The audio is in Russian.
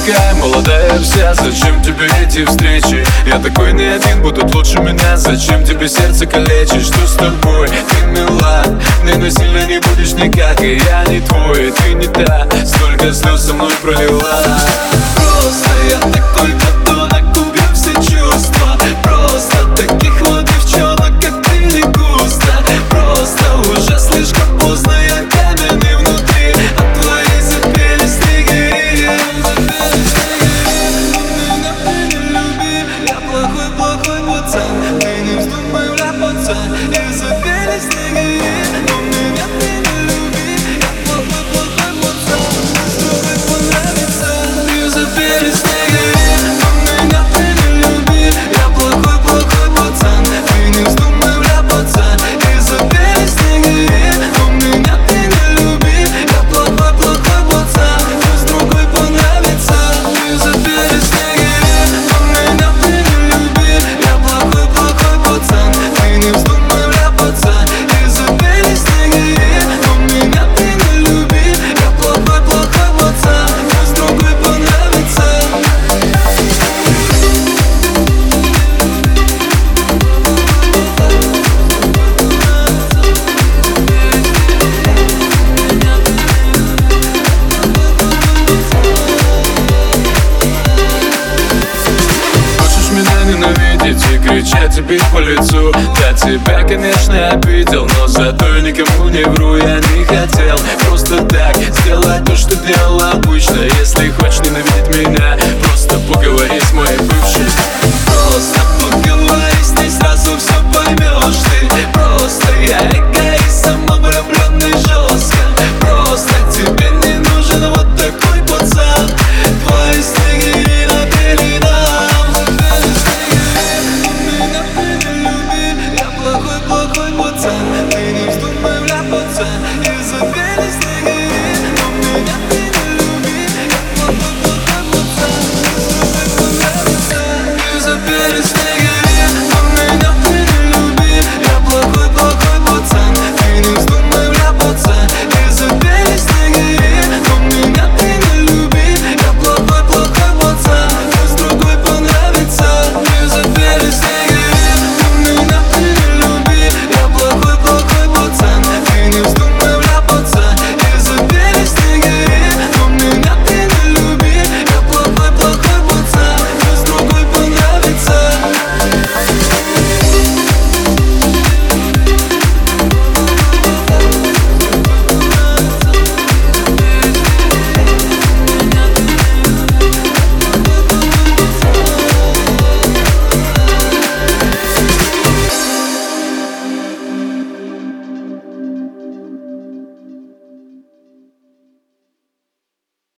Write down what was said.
такая молодая вся, зачем тебе эти встречи? Я такой не один, будут лучше меня. Зачем тебе сердце калечить? Что с тобой? Ты мила, ты насильно не будешь никак. И я не твой, ты не та. Столько слез со мной пролила. Просто я такой подонок, убил все чувства. Просто таких вот девчонок, как ты, не густо. Просто уже слишком поздно, я каменный внутри. А твои запели снегири. Меня ты не люби, я плохой пацан. Ты не вздумай вляпаться, и запели снегири. Но меня ты не люби, я плохой пацан. С другой понравится, и запели снегири. Но меня ты не люби, я плохой пацан. Ты не вздумай вляпаться, и запели снегири. Но меня ты не люби, я плохой пацан. С другой понравится, и запели снегири. Но меня ты не люби, я плохой пацан. Ты не вздумай вляпаться, и запели снегири. Но меня ты не люби, я плохой пацан. С другой понравится. Хочешь меня ненавидеть и кричать и бить по лицу? Я тебя, конечно, обидел, но зато никому не вру. Я не хотел просто так сделать то, что делал обычно. Если